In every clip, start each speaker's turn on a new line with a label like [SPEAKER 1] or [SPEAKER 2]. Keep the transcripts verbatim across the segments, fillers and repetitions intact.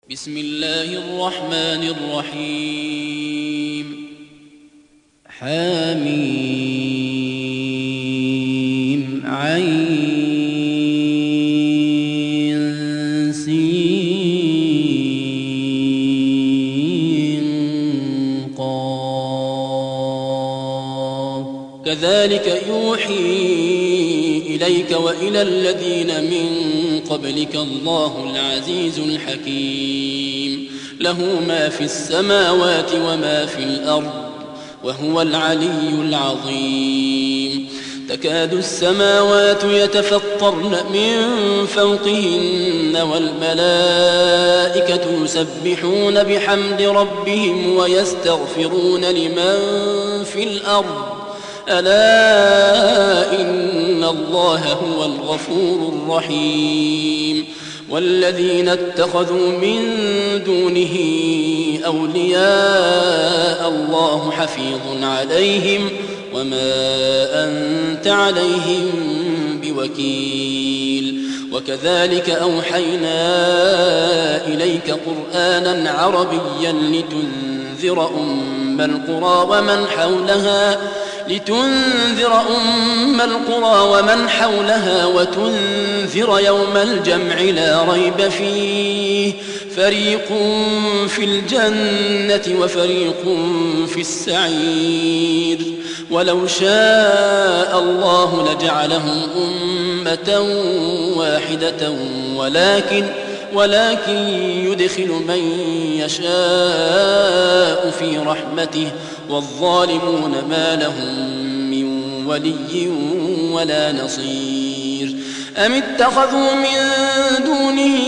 [SPEAKER 1] بسم الله الرحمن الرحيم. حميم عين سين قاف كذلك يوحي إليك وإلى الذين من قبلك الله العزيز الحكيم. له ما في السماوات وما في الأرض وهو العلي العظيم. تكاد السماوات يتفطرن من فوقهن والملائكة يسبحون بحمد ربهم ويستغفرون لمن في الأرض ألا إن الله هو الغفور الرحيم. والذين اتخذوا من دونه أولياء الله حفيظ عليهم وما أنت عليهم بوكيل. وكذلك أوحينا إليك قرآنا عربيا لتنذر أم القرى ومن حولها لتنذر أم القرى ومن حولها وتنذر يوم الجمع لا ريب فيه فريق في الجنة وفريق في السعير. ولو شاء الله لجعلهم أمة واحدة ولكن ولكن يدخل من يشاء في رحمته والظالمون ما لهم من ولي ولا نصير. أم اتخذوا من دونه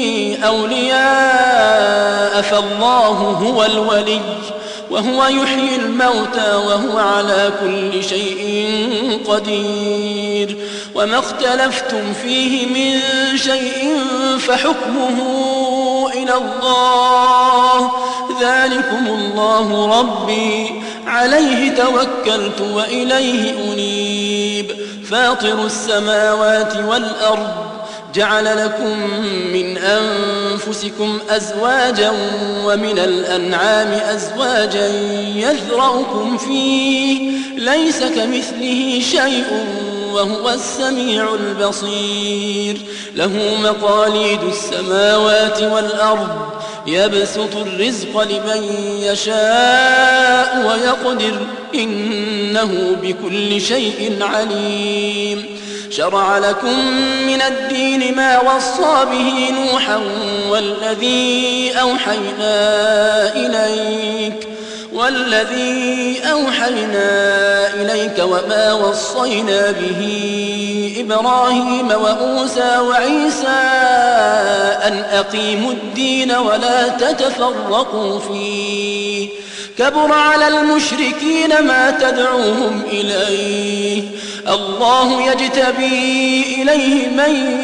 [SPEAKER 1] أولياء فالله هو الولي وهو يحيي الموتى وهو على كل شيء قدير. وما اختلفتم فيه من شيء فحكمه إلى الله ذلكم الله ربي عليه توكلت وإليه أنيب. فاطر السماوات والأرض جعل لكم من أنفسكم أزواجا ومن الأنعام أزواجا يذرأكم فيه ليس كمثله شيء وهو السميع البصير. له مقاليد السماوات والأرض يبسط الرزق لمن يشاء ويقدر إنه بكل شيء عليم. شرع لكم من الدين ما وصى به نوحا والذي أوحينا إليك والذي أوحينا إليك وما وصينا به إبراهيم وموسى وعيسى أن أقيموا الدين ولا تتفرقوا فيه كبر على المشركين ما تدعوهم إليه. الله يجتبي إليه من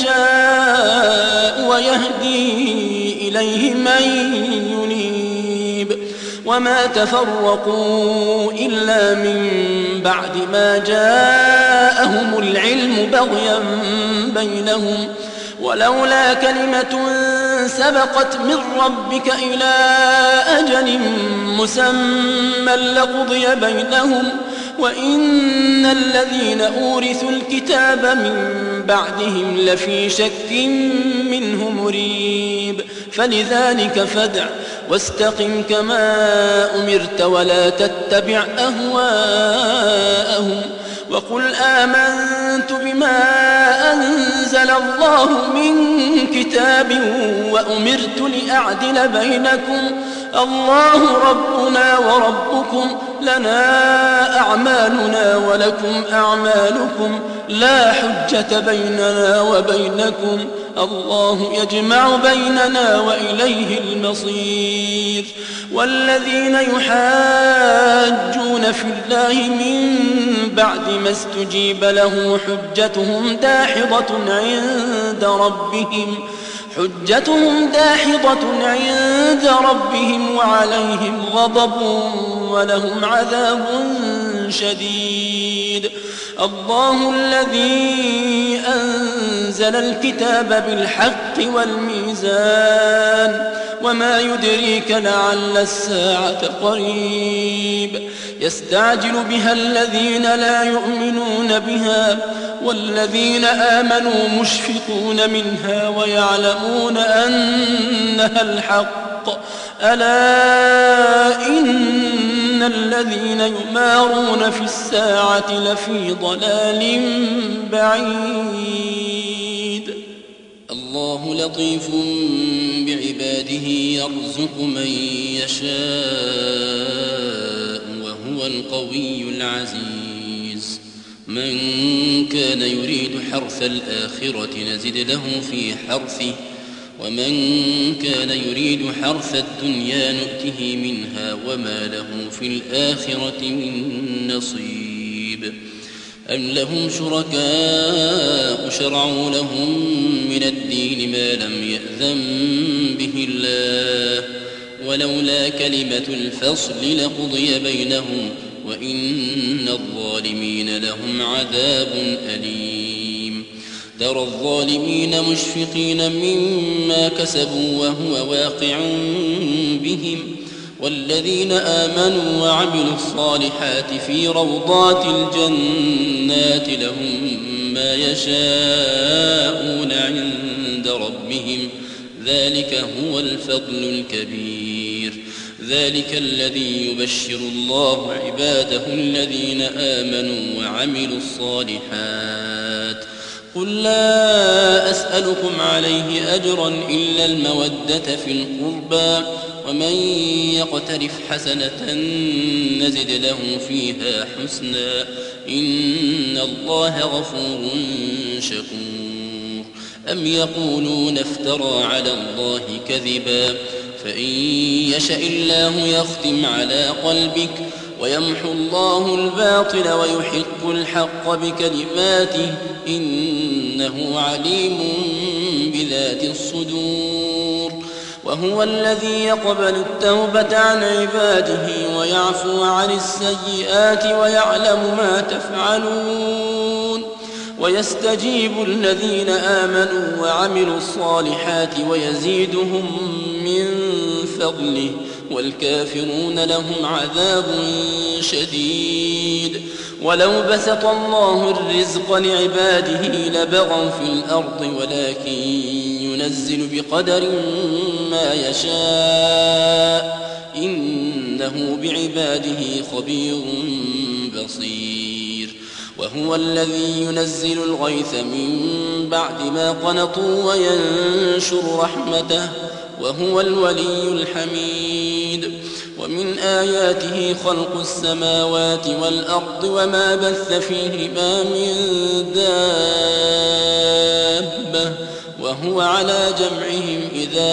[SPEAKER 1] يشاء ويهدي إليه من ينيب. وما تفرقوا إلا من بعد ما جاءهم العلم بغيا بينهم ولولا كلمة سبقت من ربك إلى أجل مسمى لقضي بينهم وإن الذين أورثوا الكتاب من بعدهم لفي شك منه مريب. فلذلك فادع واستقم كما أمرت ولا تتبع أهواءهم وقل آمنت بما أنزل الله من كتاب وأمرت لأعدل بينكم الله ربنا وربكم لنا أعمالنا ولكم أعمالكم لا حجة بيننا وبينكم الله يجمع بيننا وإليه المصير. والذين يحاجون في الله من بعد ما استجيب له حجتهم داحضة عند ربهم حجتهم داحضة عند ربهم وعليهم غضب ولهم عذاب شديد. الله الذي أنزل الكتاب بالحق والميزان وما يدريك لعل الساعة قريب يستعجل بها الذين لا يؤمنون بها والذين آمنوا مشفقون منها ويعلمون أنها الحق ألا إن الذين يمارون في الساعة لفي ضلال بعيد. الله لطيف بعباده يرزق من يشاء وهو القوي العزيز. من كان يريد حرث الآخرة نزد له في حرثه ومن كان يريد حرث الدنيا نؤته منها وما له في الآخرة من نصيب. أم لهم شركاء شرعوا لهم من الدين ما لم يأذن به الله ولولا كلمة الفصل لقضي بينهم وإن الظالمين لهم عذاب أليم. ترى الظالمين مشفقين مما كسبوا وهو واقع بهم والذين آمنوا وعملوا الصالحات في روضات الجنات لهم ما يشاءون عند ربهم ذلك هو الفضل الكبير. ذلك الذي يبشر الله عباده الذين آمنوا وعملوا الصالحات. قل لا أسألكم عليه أجرا إلا المودة في القربى ومن يقترف حسنة نزد له فيها حسنا إن الله غفور شكور. أم يقولون افترى على الله كذبا فإن يشأ الله يختم على قلبك ويمحو الله الباطل ويحق الحق بكلماته إنه عليم بذات الصدور. وهو الذي يقبل التوبة عن عباده ويعفو عن السيئات ويعلم ما تفعلون ويستجيب الذين آمنوا وعملوا الصالحات ويزيدهم من فضله والكافرون لهم عذاب شديد. ولو بسط الله الرزق لعباده لبغوا في الأرض ولكن ينزل بقدر ما يشاء إنه بعباده خبير بصير. وهو الذي ينزل الغيث من بعد ما قنطوا وينشر رحمته وهو الولي الحميد. ومن آياته خلق السماوات والأرض وما بث فيهما من دابة وهو على جمعهم إذا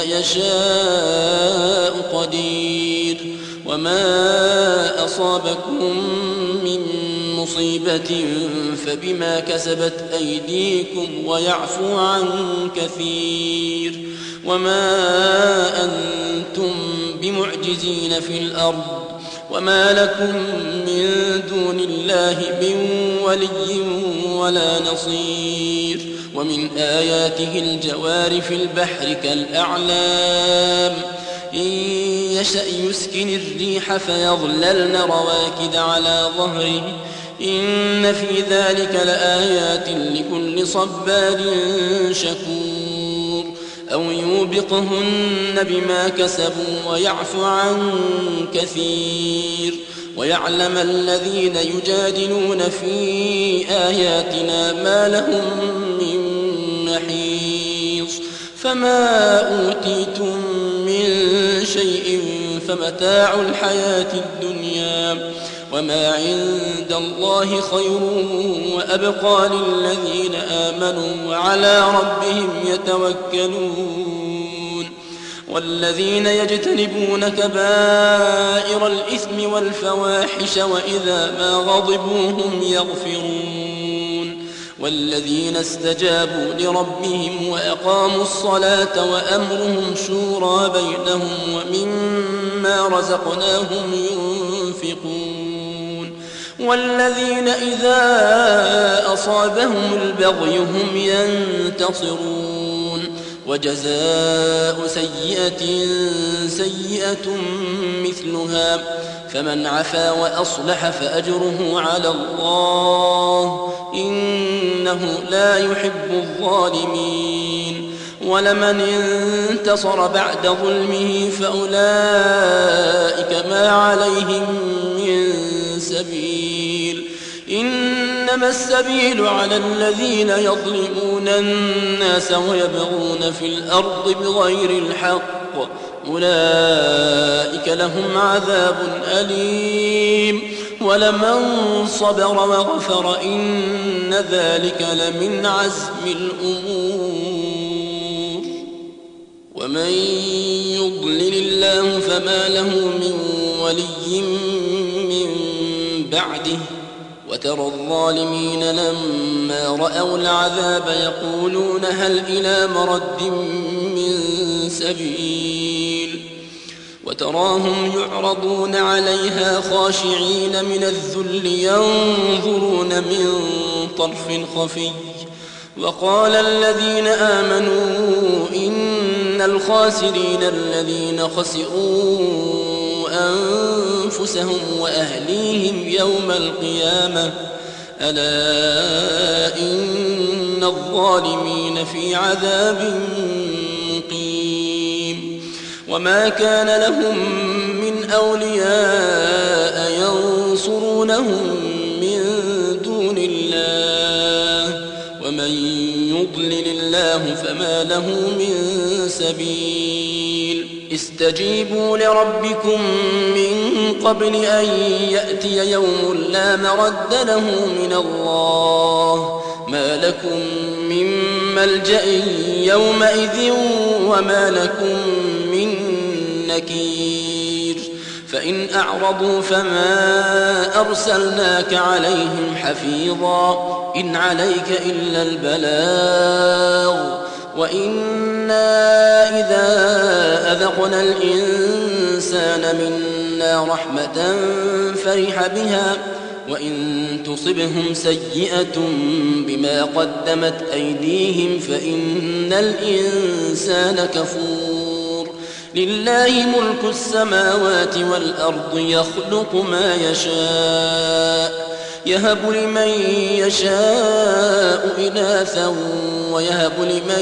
[SPEAKER 1] يشاء قدير. وما أصابكم من مصيبة فبما كسبت أيديكم ويعفو عن كثير. وما أنتم بمعجزين في الأرض وما لكم من دون الله من ولي ولا نصير. ومن آياته الجوار في البحر كالأعلام إن يشأ يسكن الريح فيظللن رواكد على ظهره إن في ذلك لآيات لكل صبار شكور. أو يوبقهن بما كسبوا ويعفو عن كثير. ويعلم الذين يجادلون في آياتنا ما لهم من محيص. فما أوتيتم من شيء فمتاع الحياة الدنيا وما عند الله خير وأبقى للذين آمنوا وعلى ربهم يتوكلون. والذين يجتنبون كبائر الإثم والفواحش وإذا ما غضبوا هم يغفرون. والذين استجابوا لربهم وأقاموا الصلاة وأمرهم شورى بينهم ومما رزقناهم ينفقون. والذين إذا أصابهم البغي هم ينتصرون. وجزاء سيئة سيئة مثلها فمن عفا وأصلح فأجره على الله إنه لا يحب الظالمين ولمن انتصر بعد ظلمه فأولئك ما عليهم من سبيل إنما السبيل على الذين يظلمون الناس ويبغون في الأرض بغير الحق أولئك لهم عذاب أليم ولمن صبر وغفر إن ذلك لمن عزم الأمور ومن يضلل الله فما له من ولي من بعده وترى الظالمين لما رأوا العذاب يقولون هل إلى مرد من سبيل وتراهم يعرضون عليها خاشعين من الذل ينظرون من طرف خفي وقال الذين آمنوا إن الخاسرين الذين خسروا أنفسهم وأهليهم يوم القيامة ألا إن الظالمين في عذاب مقيم وما كان لهم من أولياء ينصرونهم من دون الله ومن يضلل الله فما له من سبيل استجيبوا لربكم من قبل أن يأتي يوم لا مرد له من الله ما لكم من ملجأ يومئذ وما لكم من نكير فإن أعرضوا فما أرسلناك عليهم حفيظا إن عليك إلا البلاغ وإنا إذا أذقنا الإنسان منا رحمة فرح بها وإن تصبهم سيئة بما قدمت أيديهم فإن الإنسان كفور لله ملك السماوات والأرض يخلق ما يشاء يهب لمن يشاء إناثا ويهب لمن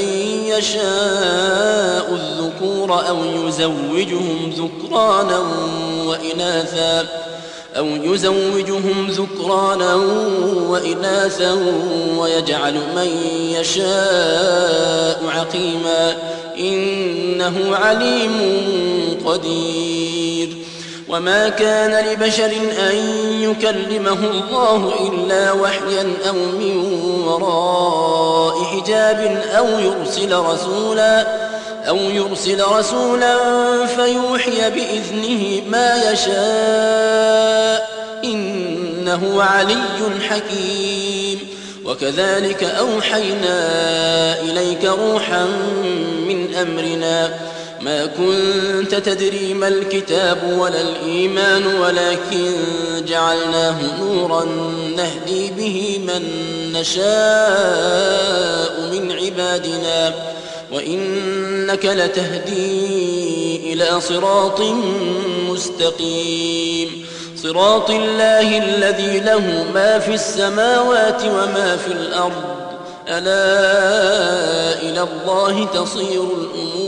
[SPEAKER 1] يشاء الذكور أو يزوجهم ذكرانا وإناثا أو يزوجهم ذكرانا وإناثا ويجعل من يشاء عقيما إنه عليم قدير وما كان لبشر أن يكلمه الله إلا وحيا أو من وراء حجاب أو يرسل رسولا أو يرسل رسولا فيوحي بإذنه ما يشاء إنه علي حكيم وكذلك أوحينا إليك روحا من أمرنا ما كنت تدري ما الكتاب ولا الإيمان ولكن جعلناه نورا نهدي به من نشاء من عبادنا وإنك لتهدي إلى صراط مستقيم صراط الله الذي له ما في السماوات وما في الأرض ألا إلى الله تصير الأمور